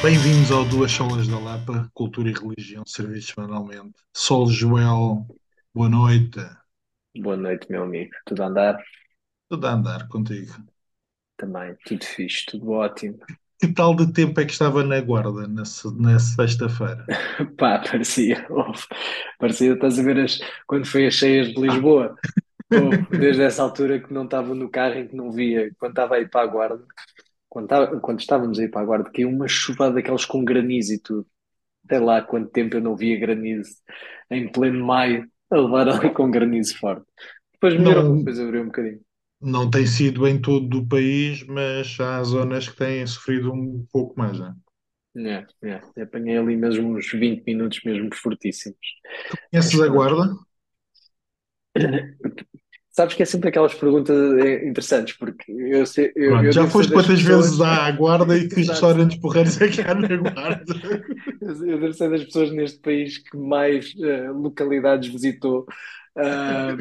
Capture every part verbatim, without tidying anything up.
Bem-vindos ao Duas Solas da Lapa, Cultura e Religião, serviço semanalmente. Sol Joel, boa noite. Boa noite, meu amigo. Tudo a andar? Tudo a andar contigo. Também. Tudo fixe, tudo ótimo. Que tal de tempo é que estava na Guarda na, se- na sexta-feira? Pá, parecia, houve, parecia, estás a ver as, quando foi as cheias de Lisboa, houve, desde essa altura que não estava no carro em que não via, quando estava a ir para a Guarda, quando, estava- quando estávamos a ir para a Guarda, caiu uma chuvada daquelas com granizo e tudo. Até lá quanto tempo eu não via granizo em pleno maio, a levar ali com granizo forte. Depois melhorou, Não, depois abriu um bocadinho. não tem sido em todo o país, mas há zonas que têm sofrido um pouco mais, né? É, é, apanhei ali mesmo uns vinte minutos mesmo fortíssimos. Mas Conheces a pronto. Guarda? Sabes que é sempre aquelas perguntas eh, interessantes, porque eu, sei- eu, Pronto, eu já devo ser foste das quantas vezes pessoas. à Guarda e que Exato. restaurantes porreiros é que há na Guarda? Eu devo ser das pessoas neste país que mais eh, localidades visitou. Ah,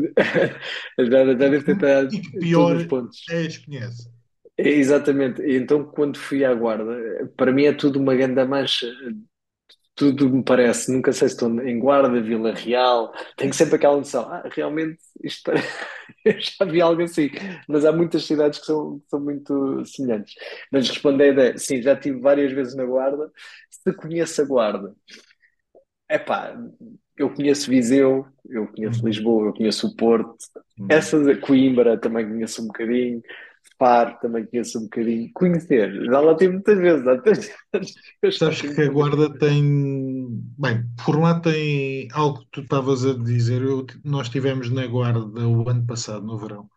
já, já devo ter estado E que em pior todos os pontos. é desconhece. É, exatamente. E então, quando fui à Guarda, para mim é tudo uma grande mancha. Tudo me parece, nunca sei se estou em Guarda, Vila Real, tenho sempre aquela noção, ah, realmente isto parece... eu já vi algo assim, mas há muitas cidades que são, que são muito semelhantes. Mas respondendo é, sim, já estive várias vezes na Guarda, se conheço a Guarda, é pá, eu conheço Viseu, eu conheço Uhum, Lisboa, eu conheço o Porto, uhum. essa de Coimbra também conheço um bocadinho, Faro também conheço um bocadinho. Conhecer, já lá tive muitas vezes, há tantas vezes que eu já Sabes tive que a muitas vezes. Guarda tem. Bem, por lá tem algo que tu estavas a dizer. Eu, nós estivemos na Guarda o ano passado, no verão.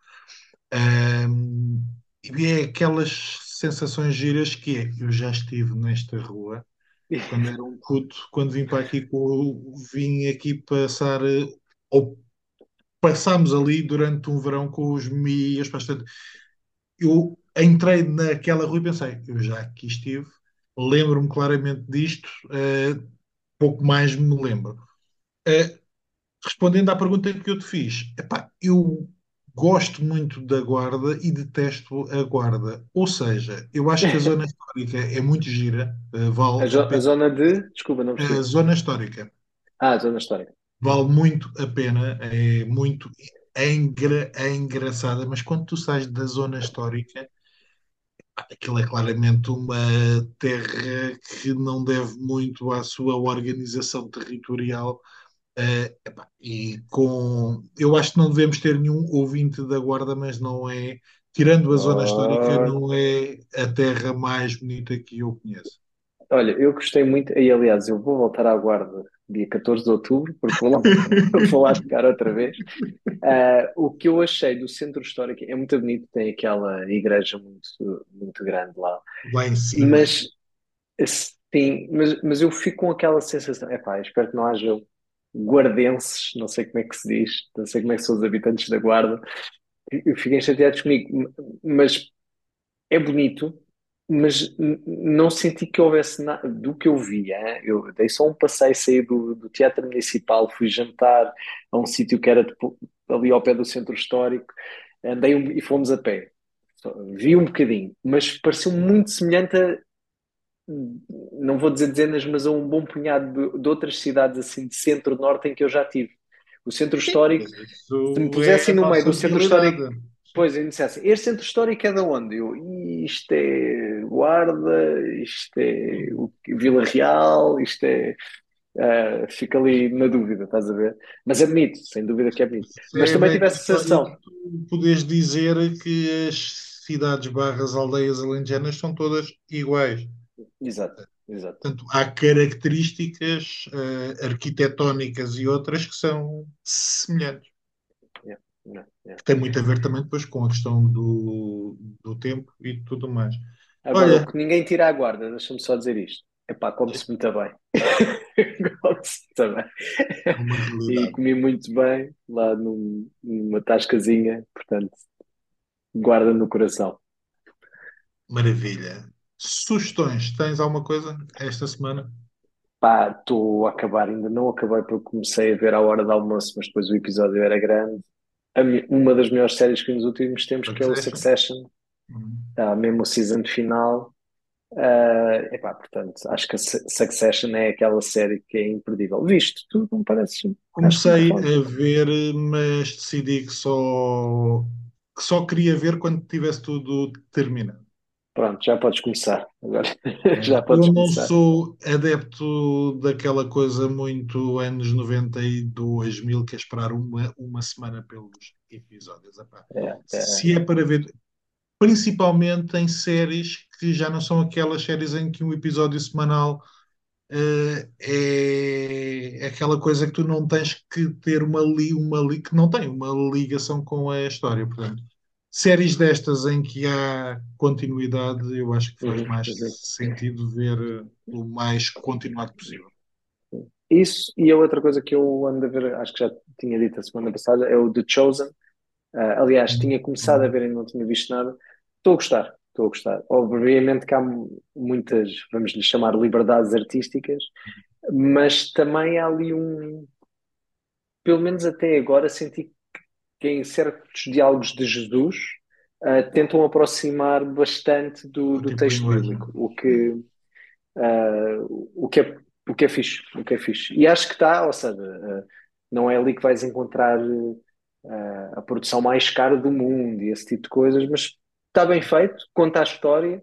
Ahm, e é aquelas sensações giras que é. Eu já estive nesta rua quando era um puto, quando vim para aqui, com, vim aqui passar, eh, ou passámos ali durante um verão com os meus pais. Portanto, eu entrei naquela rua e pensei, eu já aqui estive, lembro-me claramente disto, eh, pouco mais me lembro. Eh, respondendo à pergunta que eu te fiz, epá, eu gosto muito da Guarda e detesto a Guarda. Ou seja, eu acho que a zona histórica é muito gira, eh, A, vale a zo- a pena. zona de. Desculpa, não A percebi. zona histórica Ah, a zona histórica. vale muito a pena, é muito, é, engra- é engraçada, mas quando tu sais da zona histórica, aquilo é claramente uma terra que não deve muito à sua organização territorial. Eh, epá, e com, eu acho que não devemos ter nenhum ouvinte da Guarda, mas não é, tirando a zona histórica, Oh, não é a terra mais bonita que eu conheço. olha, eu gostei muito, e aliás, eu vou voltar à Guarda dia catorze de outubro, porque vou lá, vou lá ficar outra vez. Ah, o que eu achei do centro histórico é muito bonito, tem aquela igreja muito, muito grande lá, Lá em cima. mas sim, mas, mas eu fico com aquela sensação, epá, espero que não haja guardenses, não sei como é que se diz, não sei como é que são os habitantes da Guarda, eu fiquei chateados comigo, mas é bonito, mas n- não senti que houvesse nada do que eu via. Hein? Eu dei só um passeio, saí do, do Teatro Municipal, fui jantar a um sítio que era depo- ali ao pé do Centro Histórico, andei um- e fomos a pé. Só- Vi um bocadinho, mas pareceu muito semelhante a, não vou dizer dezenas, mas a um bom punhado de, de outras cidades assim de centro-norte em que eu já tive. O Centro Sim, Histórico, mas se me isso é pusessem a no meio nossa do Centro Histórico. realidade. Pois, e me dissessem, este centro histórico é de onde? Eu, isto é Guarda, isto é o- Vila Real, isto é. Ah, fica ali na dúvida, estás a ver? Mas é bonito, sem dúvida que é bonito. Isso Mas é a também tive velha essa história de sensação. tu poderes dizer que as cidades barras aldeias alentejanas são todas iguais. Exato, exato. Portanto, há características eh, arquitetónicas e outras que são semelhantes, Yeah, yeah, yeah. que tem muito a ver também depois com a questão do, do tempo e tudo mais. Agora, o Olha, que ninguém tira à guarda, deixa-me só dizer isto. Epá, come-se muito bem. Come-se muito bem. é uma E realidade. comi muito bem lá num- numa tascazinha, portanto, guarda no coração. Maravilha. Sugestões? Tens alguma coisa esta semana? Pá, estou a acabar, ainda não acabei porque comecei a ver à hora do almoço, mas depois o episódio era grande. A mi- uma das melhores séries que vi nos últimos tempos, que é o Succession? Succession, Hum. tá, mesmo o season final. Ah, epá, portanto, acho que a Su- Succession é aquela série que é imperdível. Visto, tu não pareces, acho que nunca Comecei falaste. a ver, mas decidi que só, que só queria ver quando tivesse tudo terminado. Pronto, já podes começar. Agora É, já eu podes não começar. sou adepto daquela coisa muito anos noventa e dois mil, que é esperar uma, uma semana pelos episódios. Epá, É, é. se é para ver, principalmente em séries que já não são aquelas séries em que um episódio semanal eh, é aquela coisa que tu não tens que ter uma, li, uma li, que não tem uma ligação com a história. Portanto, séries destas em que há continuidade, eu acho que faz Uhum, mais uhum. sentido ver eh, o mais continuado possível. Isso e a outra coisa que eu ando a ver, acho que já tinha dito a semana passada, é o The Chosen. Ah, aliás, tinha Hum, começado a hum. ver e não tinha visto nada. Estou a gostar, estou a gostar. Obviamente que há mu- muitas, vamos lhe chamar, liberdades artísticas, mas também há ali um, pelo menos até agora, senti que em certos diálogos de Jesus ah, tentam aproximar bastante do, O do tipo de texto linguagem. bíblico, o que, ah, o que é, o que é fixe, o que é fixe. E acho que está, ou seja, ah, não é ali que vais encontrar ah, a produção mais cara do mundo e esse tipo de coisas, mas está bem feito, conta a história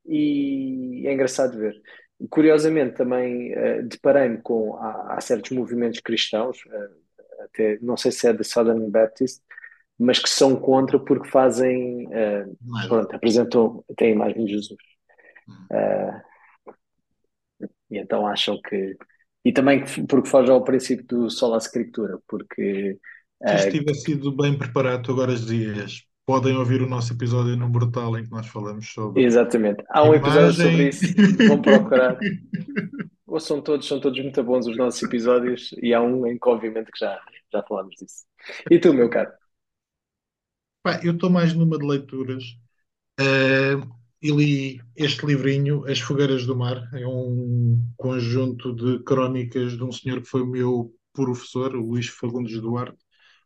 e é engraçado de ver. Curiosamente, também ah, deparei-me com há, há certos movimentos cristãos, ah, até não sei se é da Southern Baptist, mas que são contra porque fazem, ah, Imagem. pronto, apresentam, têm a imagem de Jesus. Hum. Ah, e então acham que. E também porque foge ao princípio do sola scriptura, porque. Se isto eh, tivesse sido bem preparado, tu agora dizias, podem ouvir o nosso episódio no Brutal em que nós falamos sobre exatamente. Há um episódio sobre imagem. isso, vão procurar. Ou são todos, são todos muito bons os nossos episódios, e há um em que, obviamente, que já, já falamos disso. E tu, meu caro? Pá, eu estou mais numa de leituras. Uh, e li este livrinho, As Fogueiras do Mar. É um conjunto de crónicas de um senhor que foi o meu professor, o Luís Fagundes Duarte.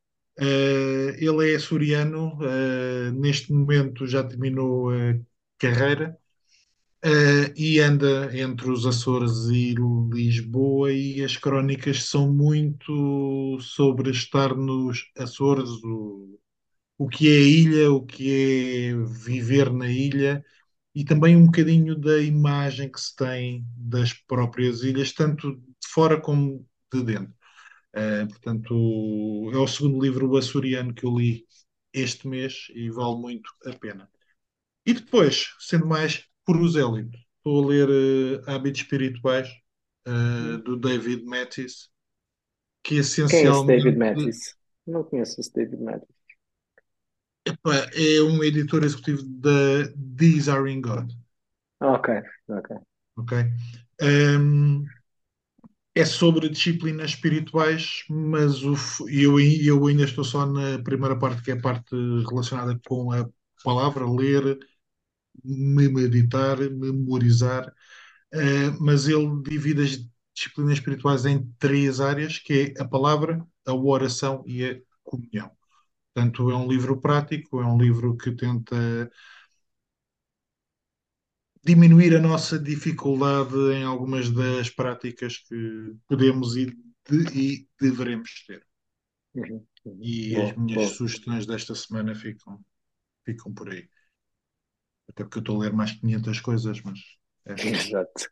Uh, ele é açoriano, uh, neste momento já terminou a carreira, uh, e anda entre os Açores e Lisboa, e as crónicas são muito sobre estar nos Açores, o, o que é a ilha, o que é viver na ilha e também um bocadinho da imagem que se tem das próprias ilhas, tanto de fora como de dentro. Eh, portanto, é o segundo livro açoriano que eu li este mês e vale muito a pena. E depois, sendo mais prosélito, estou a ler eh, Hábitos Espirituais, eh, do David Mathis, que Quem é esse David essencialmente Mathis? Não conheço esse David Mathis. epá, é um editor executivo da These Are in God. Ok, ok. Ok? Um, é sobre disciplinas espirituais, mas o, f- eu, ai- eu ainda estou só na primeira parte, que é a parte relacionada com a palavra, ler, me- meditar, memorizar, eh, mas ele divide as disciplinas espirituais em três áreas, que é a palavra, a oração e a comunhão. Portanto, é um livro prático, é um livro que tenta diminuir a nossa dificuldade em algumas das práticas que podemos e, de- e deveremos ter. Uhum, uhum. E as Boa, minhas boa. sugestões desta semana ficam, ficam por aí. Até porque eu estou a ler mais quinhentas coisas, mas é. Exato.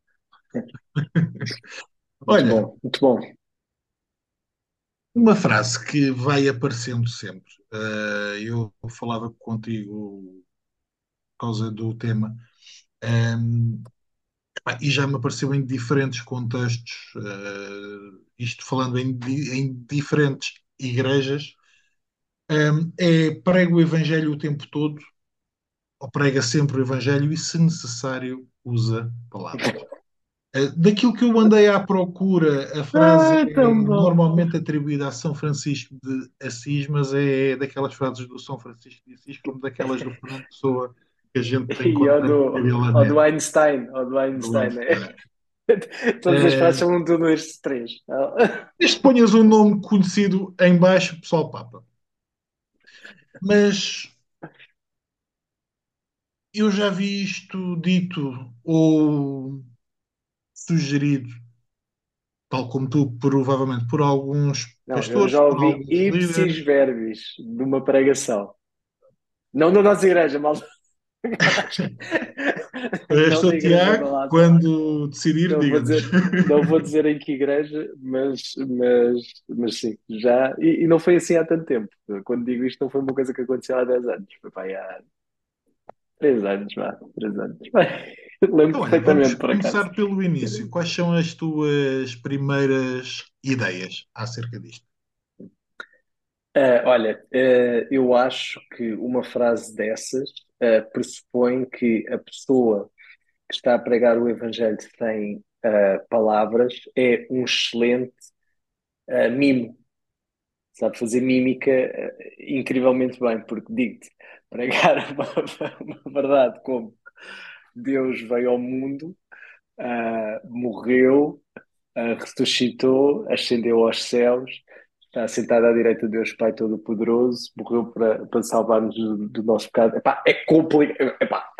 Muito Olha, bom, muito bom. uma frase que vai aparecendo sempre. Eh, eu falava contigo por causa do tema, ehm, pá, e já me apareceu em diferentes contextos, eh, isto falando em, di- em diferentes igrejas, ehm, é prega o evangelho o tempo todo, ou prega sempre o evangelho e, se necessário, usa palavras. Eh, Daquilo que eu andei à procura, a frase Ah, é tão bom. normalmente atribuída a São Francisco de Assis, mas é daquelas frases do São Francisco de Assis como daquelas do Fernando Pessoa que a gente E ao encontra na do, Bíblia ao do net, Einstein, ao do do Einstein, né? Einstein. Todas as frases Eh, são um tudo estes três. Desde que ponhas um nome conhecido em baixo, pessoal papa. Mas eu já vi isto dito ou sugerido, tal como tu, provavelmente por alguns Não, eu pastores, já por ouvi alguns ipsis líderes. verbis de uma pregação. Não da nossa igreja, mal. Não Este é da o igreja onde Tiago, lá está. quando decidir, Não vou diga-nos. dizer, não vou dizer em que igreja, mas, mas, mas sim, já. E, e não foi assim há tanto tempo. Quando digo isto, não foi uma coisa que aconteceu há dez anos. Foi pá, aí há três anos, vá, três anos. Lembro Então, olha, vamos perfeitamente, por acaso. começar pelo início. Quais são as tuas primeiras ideias acerca disto? Ah, olha, ah, eu acho que uma frase dessas ah, pressupõe que a pessoa que está a pregar o Evangelho sem ah, palavras é um excelente ah, mimo, sabe fazer mímica ah, incrivelmente bem, porque digo-te, pregar uma, uma verdade como Deus veio ao mundo, ah, morreu, ah, ressuscitou, ascendeu aos céus, está sentado à direita de Deus Pai Todo-Poderoso, morreu para, para salvar-nos do, do nosso pecado. Epá, é complicado. Epá,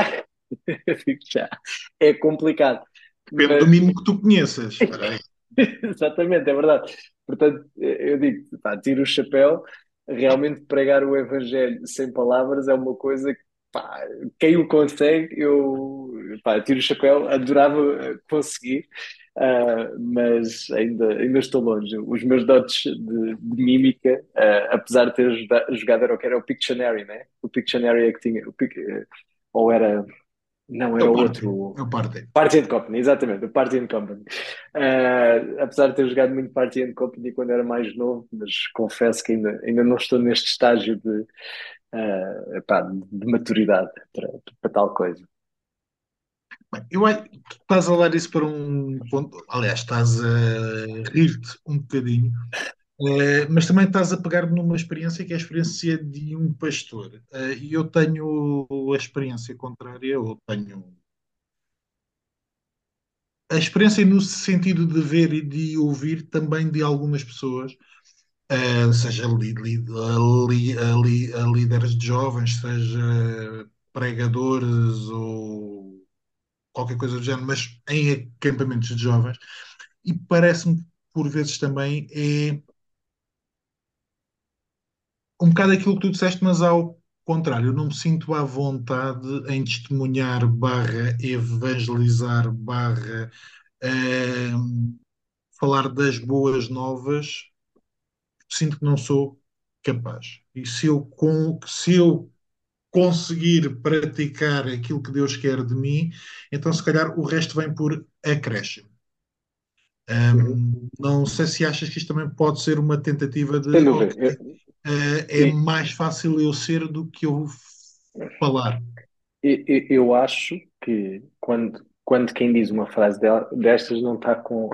já, é complicado. Depende do Mas, mínimo que tu conheças. Espera aí. exatamente, é verdade. Portanto, eu digo, pá, tiro o chapéu, realmente pregar o Evangelho sem palavras é uma coisa que, pá, quem o consegue, eu, pá, tiro o chapéu, adorava conseguir, ah, mas ainda, ainda estou longe. Os meus dotes de, de mímica, ah, apesar de ter joga- jogado, era o que era o Pictionary, né? O Pictionary é que tinha, o Pic- ou era, não, É era o o party. outro. É o party. Party and Company, exatamente, o Party and Company. Uh, apesar de ter jogado muito Party and Company quando era mais novo, mas confesso que ainda, ainda não estou neste estágio de, uh, epá, de maturidade para, para tal coisa. Bem, eu acho que tu estás a dar isso para um ponto. Aliás, estás a rir-te um bocadinho, eh, mas também estás a pegar numa experiência que é a experiência de um pastor. Eh, E eu tenho a experiência contrária, ou tenho a experiência no sentido de ver e de ouvir também de algumas pessoas, eh, seja li- li- li- li- líderes de jovens, seja pregadores ou qualquer coisa do género, mas em acampamentos de jovens, e parece-me por vezes também é um bocado aquilo que tu disseste, mas ao contrário, eu não me sinto à vontade em testemunhar, barra evangelizar, barra eh, falar das boas novas. Sinto que não sou capaz. E se eu, com, se eu conseguir praticar aquilo que Deus quer de mim, então se calhar o resto vem por acréscimo. Uhum. Hum, não sei se achas que isto também pode ser uma tentativa Sem de, dúvida. ok, Eu, eh, é e- mais fácil eu ser do que eu falar. e- e- eu acho que quando, quando quem diz uma frase del- destas não está com.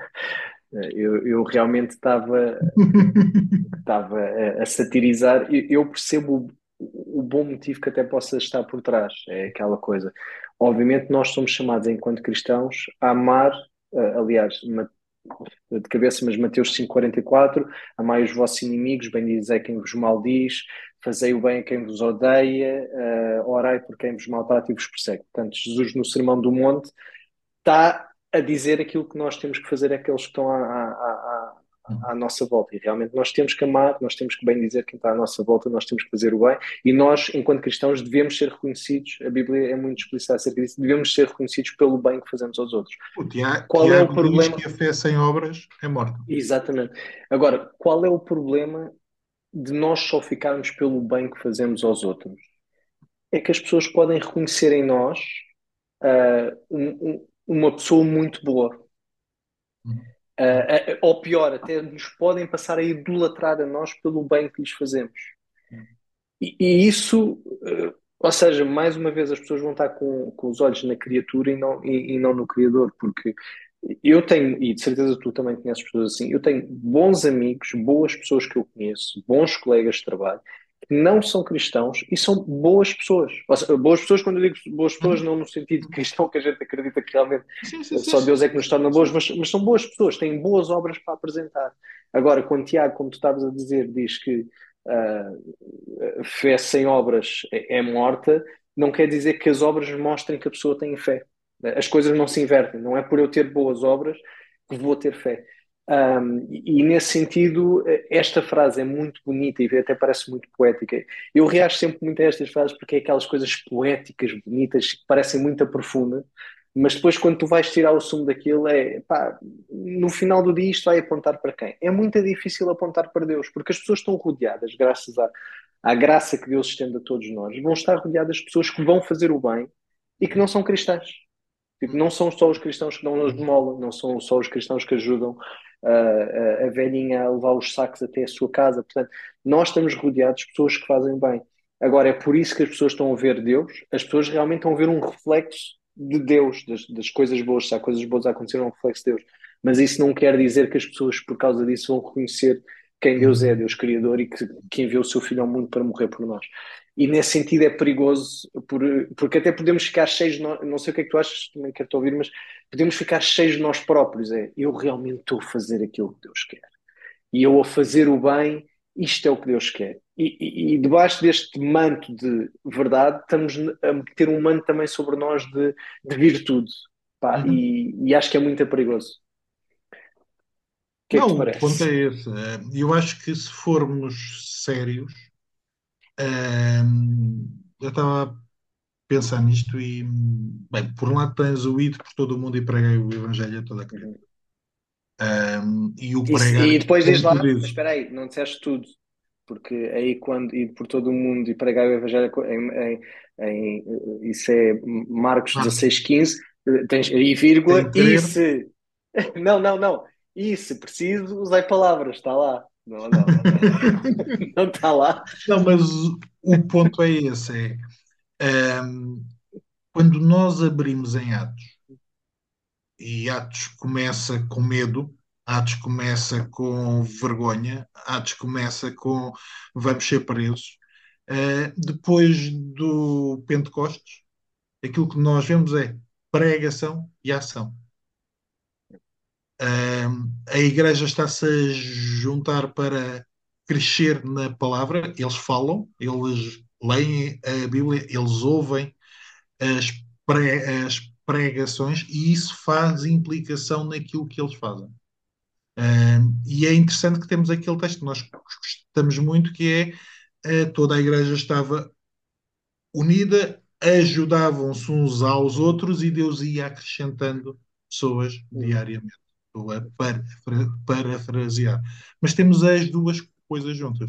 Eu, eu realmente estava estava a, a satirizar. Eu, eu percebo o, o bom motivo que até possa estar por trás. É aquela coisa. Obviamente, nós somos chamados, enquanto cristãos, a amar, eh, aliás, ma- de cabeça, mas Mateus cinco quarenta e quatro, amai os vossos inimigos, bendizei quem vos maldiz, fazei o bem a quem vos odeia, eh, orai por quem vos maltrata e vos persegue. Portanto, Jesus, no Sermão do Monte, está a dizer aquilo que nós temos que fazer àqueles que estão à, à, à, à nossa volta. E realmente nós temos que amar, nós temos que bem dizer quem está à nossa volta, nós temos que fazer o bem. E nós, enquanto cristãos, devemos ser reconhecidos, a Bíblia é muito explícita acerca disso, devemos ser reconhecidos pelo bem que fazemos aos outros. O Tiago, Qual é o Tiago diz problema? que a fé sem obras é morta. Exatamente. Agora, qual é o problema de nós só ficarmos pelo bem que fazemos aos outros? É que as pessoas podem reconhecer em nós uh, um, um, uma pessoa muito boa. Uhum. Uh, uh, ou pior, até nos podem passar a idolatrar a nós pelo bem que lhes fazemos. E, e isso, uh, ou seja, mais uma vez as pessoas vão estar com, com os olhos na criatura e não, e, e não no Criador, porque eu tenho, e de certeza tu também conheces pessoas assim, eu tenho bons amigos, boas pessoas que eu conheço, bons colegas de trabalho, que não são cristãos e são boas pessoas. Ou seja, boas pessoas, quando eu digo boas pessoas, Uhum. não no sentido de cristão que a gente acredita que realmente Sim, sim, sim, só sim, Deus é sim, que nos sim, torna boas, sim. mas, mas são boas pessoas, têm boas obras para apresentar. Agora, quando Tiago, como tu estavas a dizer, diz que uh, fé sem obras é, é morta, não quer dizer que as obras mostrem que a pessoa tem fé. As coisas não se invertem. Não é por eu ter boas obras que vou ter fé. Um, e, e nesse sentido, esta frase é muito bonita e até parece muito poética. Eu reajo sempre muito a estas frases porque é aquelas coisas poéticas, bonitas, que parecem muito profundas, mas depois quando tu vais tirar o sumo daquilo, é pá, no final do dia isto vai apontar para quem? É muito difícil apontar para Deus, porque as pessoas estão rodeadas, graças à, à graça que Deus estende a todos nós, vão estar rodeadas de pessoas que vão fazer o bem e que não são cristãs. Tipo, não são só os cristãos que dão a esmola, não são só os cristãos que ajudam uh, a, a velhinha a levar os sacos até a sua casa. Portanto, nós estamos rodeados de pessoas que fazem bem. Agora, é por isso que as pessoas estão a ver Deus, as pessoas realmente estão a ver um reflexo de Deus, das, das coisas boas. Se há coisas boas a acontecer, é um reflexo de Deus. Mas isso não quer dizer que as pessoas, por causa disso, vão reconhecer quem Deus é, Deus Criador, e que, que enviou o seu Filho ao mundo para morrer por nós. E nesse sentido é perigoso, por, porque até podemos ficar cheios, de nós, não sei o que é que tu achas, também quero te ouvir, mas podemos ficar cheios de nós próprios. É, eu realmente estou a fazer aquilo que Deus quer. E eu a fazer o bem, isto é o que Deus quer. E, e, e debaixo deste manto de verdade, estamos a meter um manto também sobre nós de, de virtude. Pá, Uhum. e, e acho que é muito perigoso. O que é que te Não, o ponto parece? é esse. Eh, Eu acho que se formos sérios, ehm, eu estava a pensar nisto e, bem, por um lado tens o id por todo o mundo e pregai o Evangelho a toda a criatura. Uhum. Ehm, e o E, pregar, e depois diz como tu lá, mas dizes, espera aí, não disseste tudo. Porque aí quando ir por todo o mundo e pregar o Evangelho em, em, em- isso é Marcos ah, dezasseis quinze, tens aí vírgula, tem que e crer. se, não, não, não, e se preciso, usei palavras, está lá. Não, não, não, não, não, não está lá. Não, mas o ponto é esse, é, ehm, quando nós abrimos em Atos, e Atos começa com medo, Atos começa com vergonha, Atos começa com vamos ser presos. Uh, depois do Pentecostes, aquilo que nós vemos é pregação e ação. Uh, a igreja está-se a juntar para crescer na palavra, eles falam, eles leem a Bíblia, eles ouvem as, pré, as pregações e isso faz implicação naquilo que eles fazem. Um, e é interessante que temos aquele texto que nós gostamos muito, que é uh, toda a igreja estava unida, ajudavam-se uns aos outros e Deus ia acrescentando pessoas Uhum. diariamente. Estou a parafra- parafrasear. Mas temos as duas coisas juntas.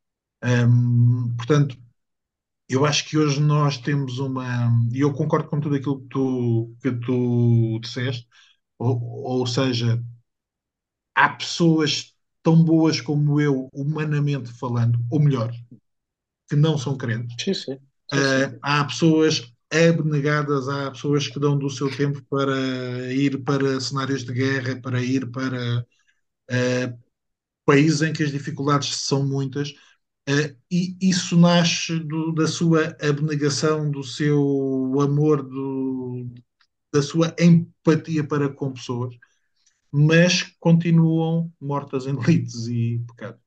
Um, portanto, eu acho que hoje nós temos uma. E eu concordo com tudo aquilo que tu, que tu disseste, ou, ou seja, há pessoas tão boas como eu, humanamente falando, ou melhor, que não são crentes. Sim, sim, sim, sim. Uh, há pessoas abnegadas, há pessoas que dão do seu tempo para ir para cenários de guerra, para ir para uh, países em que as dificuldades são muitas. Uh, e isso nasce do, da sua abnegação, do seu amor, do, da sua empatia para com pessoas, mas continuam mortas em delitos e pecados.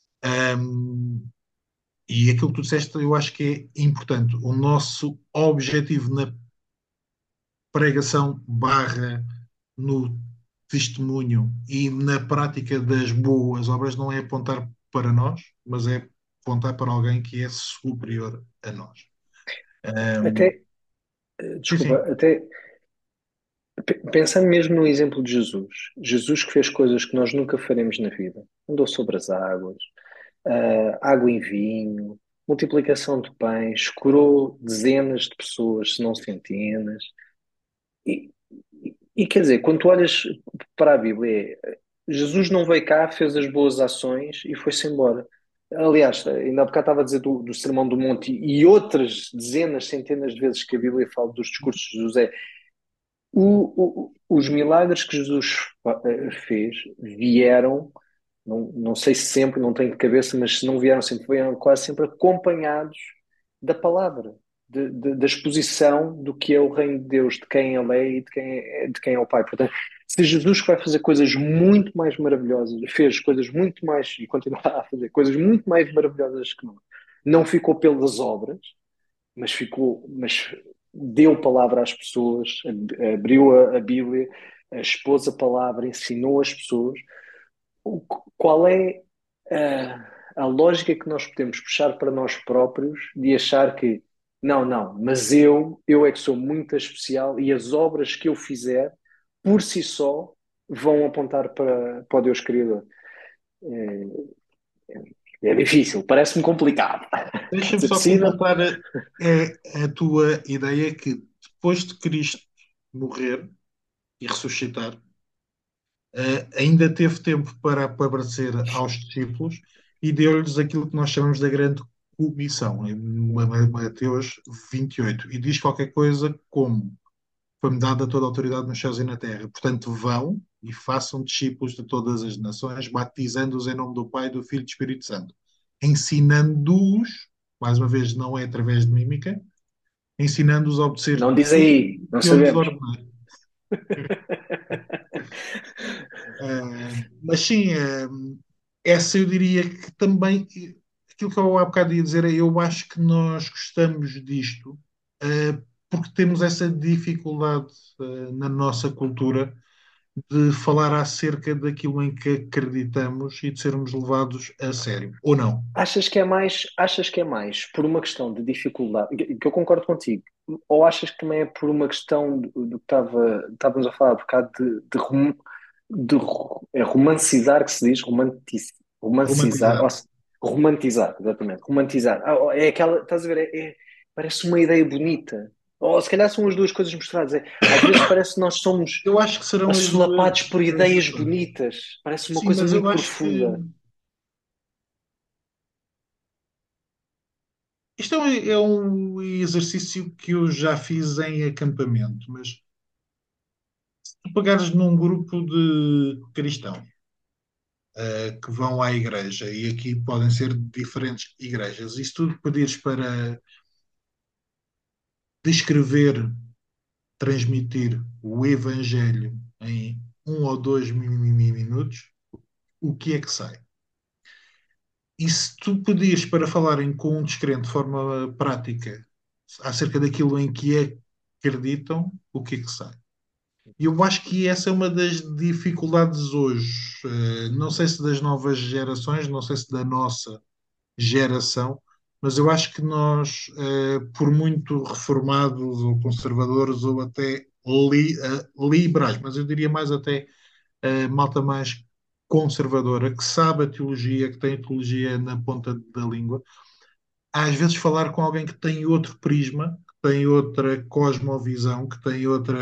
Um, e aquilo que tu disseste, eu acho que é importante. O nosso objetivo na pregação barra no testemunho e na prática das boas obras não é apontar para nós, mas é apontar para alguém que é superior a nós. Um, Até, eh, sim, desculpa, sim, até P- pensando mesmo no exemplo de Jesus, Jesus que fez coisas que nós nunca faremos na vida, andou sobre as águas, ah, água em vinho, multiplicação de pães, curou dezenas de pessoas, se não centenas. E, e, e quer dizer, quando tu olhas para a Bíblia, é, Jesus não veio cá, fez as boas ações e foi-se embora. Aliás, ainda há bocado estava a dizer do, do Sermão do Monte e outras dezenas, centenas de vezes que a Bíblia fala dos discursos de José. O- o- os milagres que Jesus fa- eh, fez vieram, não, não sei se sempre, não tenho de cabeça, mas se não vieram sempre, vieram quase sempre acompanhados da palavra, de- de- da exposição do que é o reino de Deus, de quem Ele é e de quem é, de quem é o Pai. Portanto, se Jesus vai fazer coisas muito mais maravilhosas, fez coisas muito mais, e continua a fazer coisas muito mais maravilhosas que nós, não ficou pelas obras, mas ficou, mas deu palavra às pessoas, ab- abriu a, a Bíblia, expôs a palavra, ensinou as pessoas. O- Qual é a, a lógica que nós podemos puxar para nós próprios de achar que não, não, mas eu, eu é que sou muito especial e as obras que eu fizer por si só vão apontar para, para o Deus Criador. É, é difícil, parece-me complicado. Pode Deixa-me ser só possível? completar a, é a tua ideia que depois de Cristo morrer e ressuscitar, eh, ainda teve tempo para aparecer aos discípulos e deu-lhes aquilo que nós chamamos da grande comissão, em Ma- Ma- Mateus vinte e oito, e diz qualquer coisa como: foi-me dada toda a autoridade nos céus e na terra. Portanto, vão e façam discípulos de todas as nações, batizando-os em nome do Pai, do Filho e do Espírito Santo, ensinando-os, mais uma vez, não é através de mímica, ensinando-os a obedecer Não diz tudo aí, não que eu lhes sabemos. ordenei. Ah, mas sim, ah, essa eu diria que também, aquilo que eu há bocado ia dizer é, eu acho que nós gostamos disto, ah, porque temos essa dificuldade, ah, na nossa cultura de falar acerca daquilo em que acreditamos e de sermos levados a sério, ou não. Achas que é mais, achas que é mais por uma questão de dificuldade, que que eu concordo contigo, ou achas que também é por uma questão do, do que estava, estávamos a falar há bocado de, de, rom- de ro- é romancizar que se diz, romantic, romancizar, ou Romantizar. se- romantizar, exatamente, romantizar. Ah, oh, é aquela, estás a ver, é, é- parece uma ideia bonita. Ou se calhar são as duas coisas misturadas. É, às vezes parece que nós somos Eu acho que serão as assolapados duas, por as duas ideias coisas. bonitas. Parece uma Sim, coisa mas eu muito acho que profunda. isto é um, é um exercício que eu já fiz em acampamento, mas se tu pegares num grupo de cristãos, eh, que vão à igreja, e aqui podem ser diferentes igrejas, e se tu pedires para descrever, transmitir o Evangelho em um ou dois mi- mi- mi- minutos, o que é que sai? E se tu pedires para falarem com um descrente de forma prática acerca daquilo em que é acreditam, o que é que sai? E eu acho que essa é uma das dificuldades hoje. Eh, não sei se das novas gerações, não sei se da nossa geração, mas eu acho que nós, eh, por muito reformados ou conservadores ou até li- eh, liberais, mas eu diria mais até a malta mais conservadora, que sabe a teologia, que tem a teologia na ponta da língua, às vezes falar com alguém que tem outro prisma, que tem outra cosmovisão, que tem outra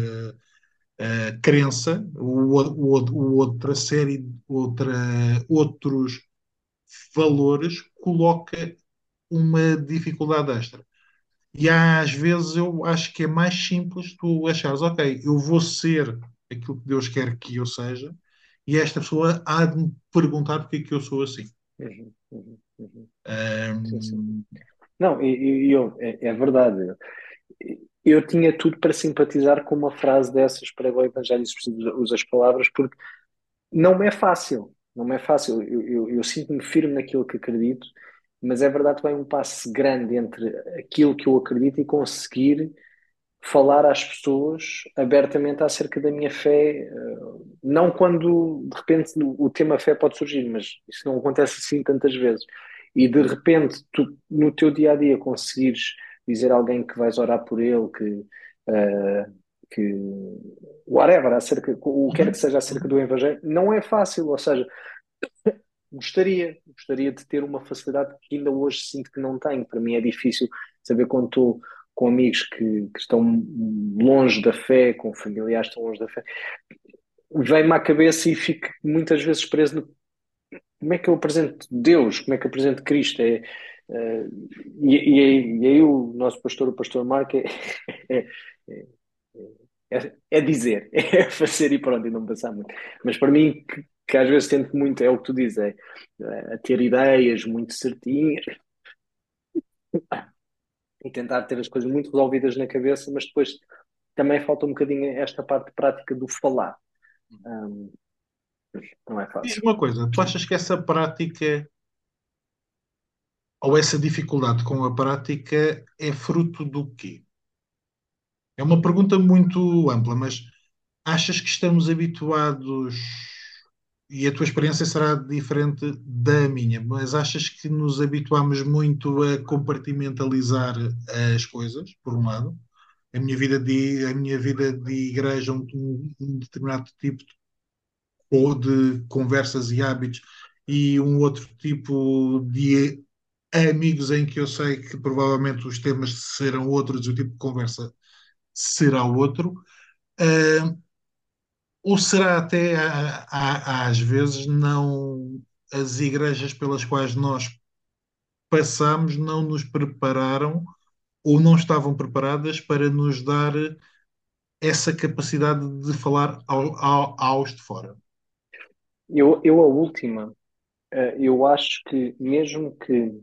eh, crença, o, o, o, outra série, outra, outros valores, coloca uma dificuldade extra. E às vezes eu acho que é mais simples tu achares, ok, eu vou ser aquilo que Deus quer que eu seja, e esta pessoa há de me perguntar porque é que eu sou assim. Uhum, uhum, uhum. Sim, sim. Ahm, Não, e, e- e eu, é, é verdade. Eu, eu tinha tudo para simpatizar com uma frase dessas para o Evangelho, se preciso usar as palavras, porque não me é fácil. Não me é fácil. Eu, eu, eu sinto-me firme naquilo que acredito, mas é verdade que vai um passo grande entre aquilo que eu acredito e conseguir falar às pessoas abertamente acerca da minha fé, eh, não quando de repente o tema fé pode surgir, mas isso não acontece assim tantas vezes. E de repente, tu, no teu dia a dia, conseguires dizer a alguém que vais orar por ele, que, eh, que whatever, acerca, o que quer que uhum, seja acerca uhum. do Evangelho, não é fácil. Ou seja, gostaria, gostaria de ter uma facilidade que ainda hoje sinto que não tenho. Para mim é difícil saber quando estou com amigos que, que estão longe da fé, com familiares que estão longe da fé, vem-me à cabeça e fico muitas vezes preso no como é que eu apresento Deus, como é que eu apresento Cristo. É, eh, e, e, aí e aí o nosso pastor, o pastor Marco, é, é, é, é dizer, é fazer e pronto, e não pensar muito. Mas para mim, que, que às vezes tento muito, é o que tu dizes, é, é ter ideias muito certinhas e tentar ter as coisas muito resolvidas na cabeça, mas depois também falta um bocadinho esta parte prática do falar. Hum, não é Diz fácil. uma coisa, tu achas que essa prática ou essa dificuldade com a prática é fruto do quê? É uma pergunta muito ampla, mas achas que estamos habituados, e a tua experiência será diferente da minha, mas achas que nos habituamos muito a compartimentalizar as coisas, por um lado? A minha vida de, a minha vida de igreja, um, um um determinado tipo ou de conversas e hábitos, e um outro tipo de amigos em que eu sei que provavelmente os temas serão outros, o tipo de conversa será outro. Ah, ou será até, a- a- às vezes, não as igrejas pelas quais nós passamos não nos prepararam ou não estavam preparadas para nos dar essa capacidade de falar ao- ao- aos de fora. Eu, eu a última, eh, eu acho que mesmo que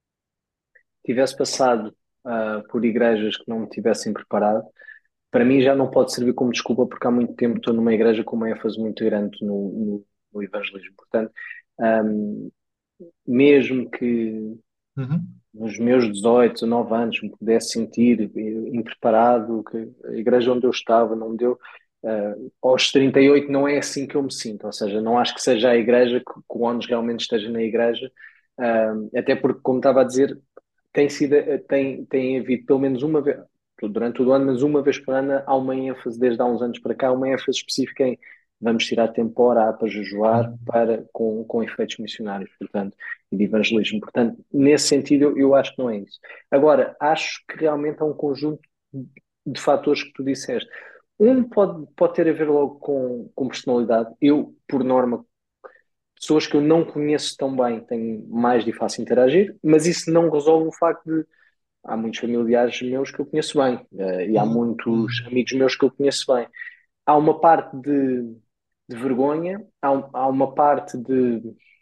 tivesse passado ah, por igrejas que não me tivessem preparado, para mim já não pode servir como desculpa porque há muito tempo estou numa igreja com uma ênfase muito grande no, no, no evangelismo. Portanto, ahm, mesmo que Uhum. nos meus dezoito, dezanove anos me pudesse sentir impreparado, que a igreja onde eu estava não me deu. Uh, aos trinta e oito não é assim que eu me sinto, ou seja, não acho que seja a igreja que, que o ONU realmente esteja na igreja, uh, até porque, como estava a dizer, tem sido, tem, tem havido pelo menos uma vez, durante todo o ano, mas uma vez por ano há uma ênfase, desde há uns anos para cá, uma ênfase específica em vamos tirar tempo a orar, para jejuar, Uhum. para, com, com efeitos missionários, portanto, e de evangelismo. Portanto, nesse sentido, eu, eu acho que não é isso. Agora, acho que realmente há um conjunto de fatores que tu disseste. Um pode, pode ter a ver logo com, com personalidade. Eu, por norma, pessoas que eu não conheço tão bem tenho mais de fácil interagir, mas isso não resolve o facto de há muitos familiares meus que eu conheço bem, eh, e há Uhum. muitos Uhum. amigos meus que eu conheço bem. Há uma parte de, de vergonha, há, um- há uma parte de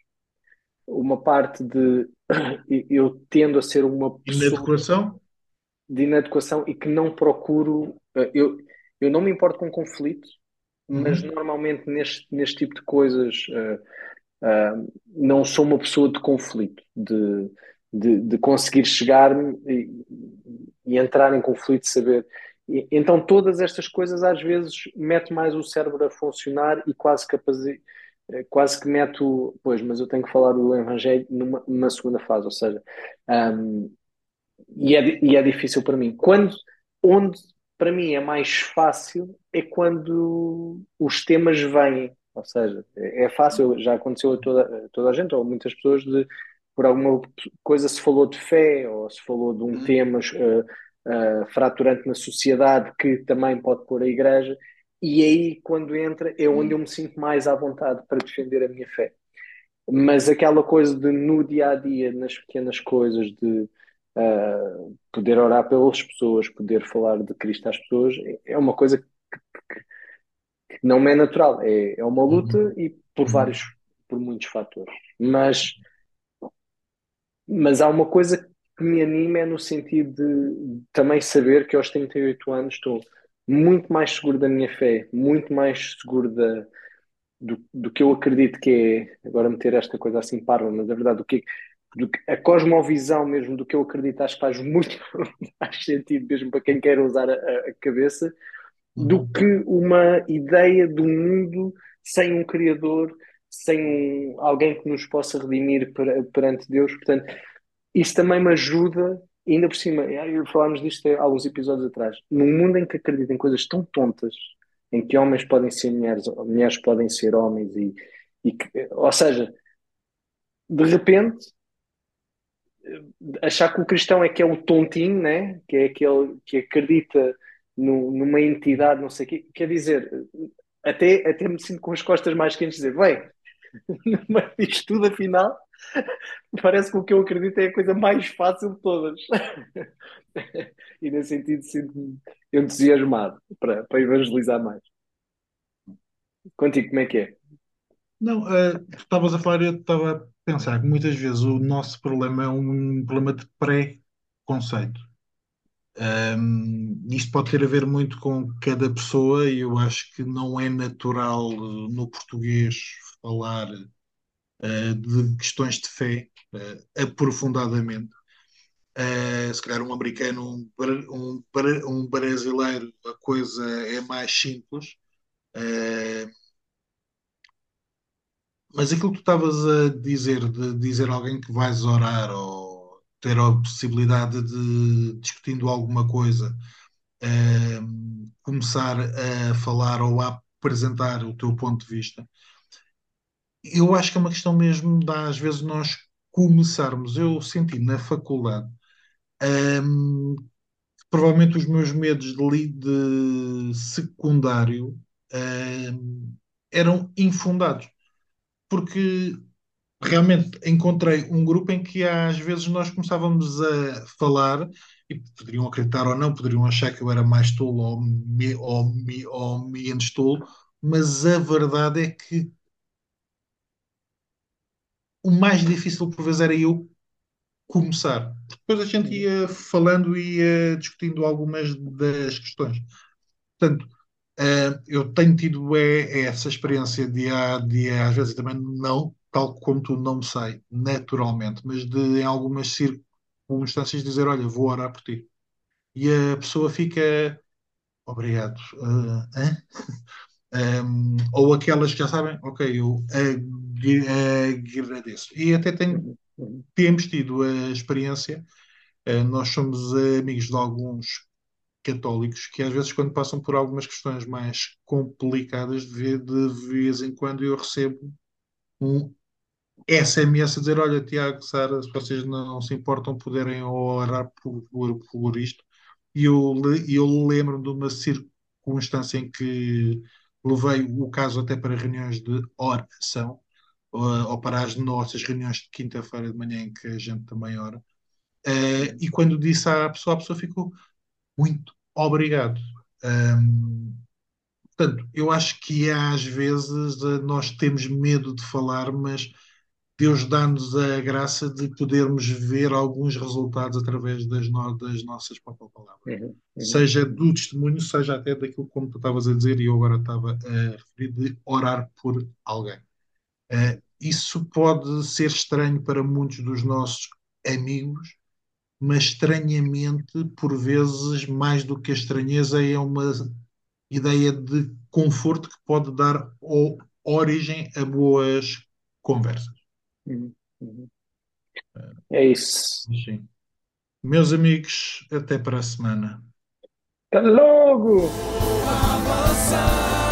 uma parte de eu tendo a ser uma E na pessoa decoração? de inadequação e que não procuro. eh, Eu, eu não me importo com conflito, mas Uhum. normalmente neste, neste tipo de coisas eh, ah, não sou uma pessoa de conflito, de, de, de conseguir chegar-me e, e entrar em conflito, saber. E, então, todas estas coisas às vezes mete mais o cérebro a funcionar e quase que, apazi- eh, quase que meto, pois, mas eu tenho que falar do Evangelho numa, numa segunda fase, ou seja, um, e, é, di- e é difícil para mim. Quando, onde para mim é mais fácil é quando os temas vêm, ou seja, é, é fácil, já aconteceu a toda, a toda a gente, ou muitas pessoas, de por alguma coisa se falou de fé, ou se falou de um Uhum. tema uh, uh, fraturante na sociedade que também pode pôr a igreja, e aí quando entra é onde eu me sinto mais à vontade para defender a minha fé. Mas aquela coisa de no dia a dia, nas pequenas coisas, de uh, poder orar pelas pessoas, poder falar de Cristo às pessoas, é uma coisa que não me é natural. É, é uma luta Uhum. e por vários, Uhum. por muitos fatores. Mas, mas há uma coisa que me anima é no sentido de também saber que aos trinta e oito anos estou muito mais seguro da minha fé, muito mais seguro da, do, do que eu acredito que é, agora meter esta coisa assim parva, mas é verdade, do que, do que a cosmovisão mesmo do que eu acredito, acho que faz muito mais sentido mesmo para quem quer usar a, a cabeça, do Uhum. que uma ideia do mundo sem um criador, sem um, alguém que nos possa redimir per, perante Deus. Portanto, isso também me ajuda, ainda por cima, e falámos disto há alguns episódios atrás, num mundo em que acredito em coisas tão tontas, em que homens podem ser mulheres, mulheres podem ser homens, e, e que, ou seja, de repente, achar que o cristão é que é o tontinho, né? Que é aquele que acredita no, numa entidade, não sei o quê, quer dizer, até, até me sinto com as costas mais quentes, dizer, bem, mas isto tudo afinal parece que o que eu acredito é a coisa mais fácil de todas. E nesse sentido sinto-me entusiasmado para, para evangelizar mais. Contigo, como é que é? Não, eh, tu estavas a falar, e eu estava a pensar que muitas vezes o nosso problema é um problema de pré-conceito. Um, isto pode ter a ver muito com cada pessoa, e eu acho que não é natural, eh, no português, falar eh, de questões de fé, eh, aprofundadamente. Eh, se calhar um americano, um, bra- um, bra- um brasileiro, a coisa é mais simples. Eh, mas aquilo que tu estavas a dizer, de dizer a alguém que vais orar ou ter a possibilidade de, discutindo alguma coisa, eh, começar a falar ou a apresentar o teu ponto de vista, eu acho que é uma questão mesmo de, às vezes, nós começarmos. Eu senti na faculdade, ehm, provavelmente os meus medos de, li- de secundário, ehm, eram infundados, porque realmente encontrei um grupo em que às vezes nós começávamos a falar e poderiam acreditar ou não, poderiam achar que eu era mais tolo ou, me, ou, me, ou menos tolo, mas a verdade é que o mais difícil por vezes era eu começar. Depois a gente Uhum, ia falando e ia discutindo algumas das questões. Portanto, eh, eu tenho tido é, é essa experiência de, há- de há- às vezes também não, tal como tu, não me sai naturalmente, mas de em algumas circunstâncias dizer, olha, vou orar por ti. E a pessoa fica, obrigado. eh, hã? Um, ou aquelas que já sabem, ok, eu ag- agradeço. E até tenho, uhum, uhum, temos tido a experiência, eh, nós somos eh, amigos de alguns católicos que às vezes quando passam por algumas questões mais complicadas, de ve- de vez em quando eu recebo um S M S a dizer, olha, Tiago, Sara, se vocês não se importam, puderem orar por, por, por isto. E eu, le- eu lembro-me de uma circunstância em que levei o caso até para reuniões de oração, ou, ou para as nossas reuniões de quinta-feira de manhã, em que a gente também ora. Eh, uhum, e quando disse à pessoa, a pessoa ficou muito obrigado. Ahm, portanto, eu acho que às vezes eh, nós temos medo de falar, mas Deus dá-nos a graça de podermos ver alguns resultados através das, no- das nossas próprias palavras. uhum, uhum, Seja do testemunho, seja até daquilo como tu estavas a dizer, e eu agora estava a referir, de orar por alguém. Eh, isso pode ser estranho para muitos dos nossos amigos, mas estranhamente, por vezes, mais do que a estranheza, é uma ideia de conforto que pode dar o- origem a boas conversas. uhum, uhum. É isso. Sim. Meus amigos, até para a semana. Até logo!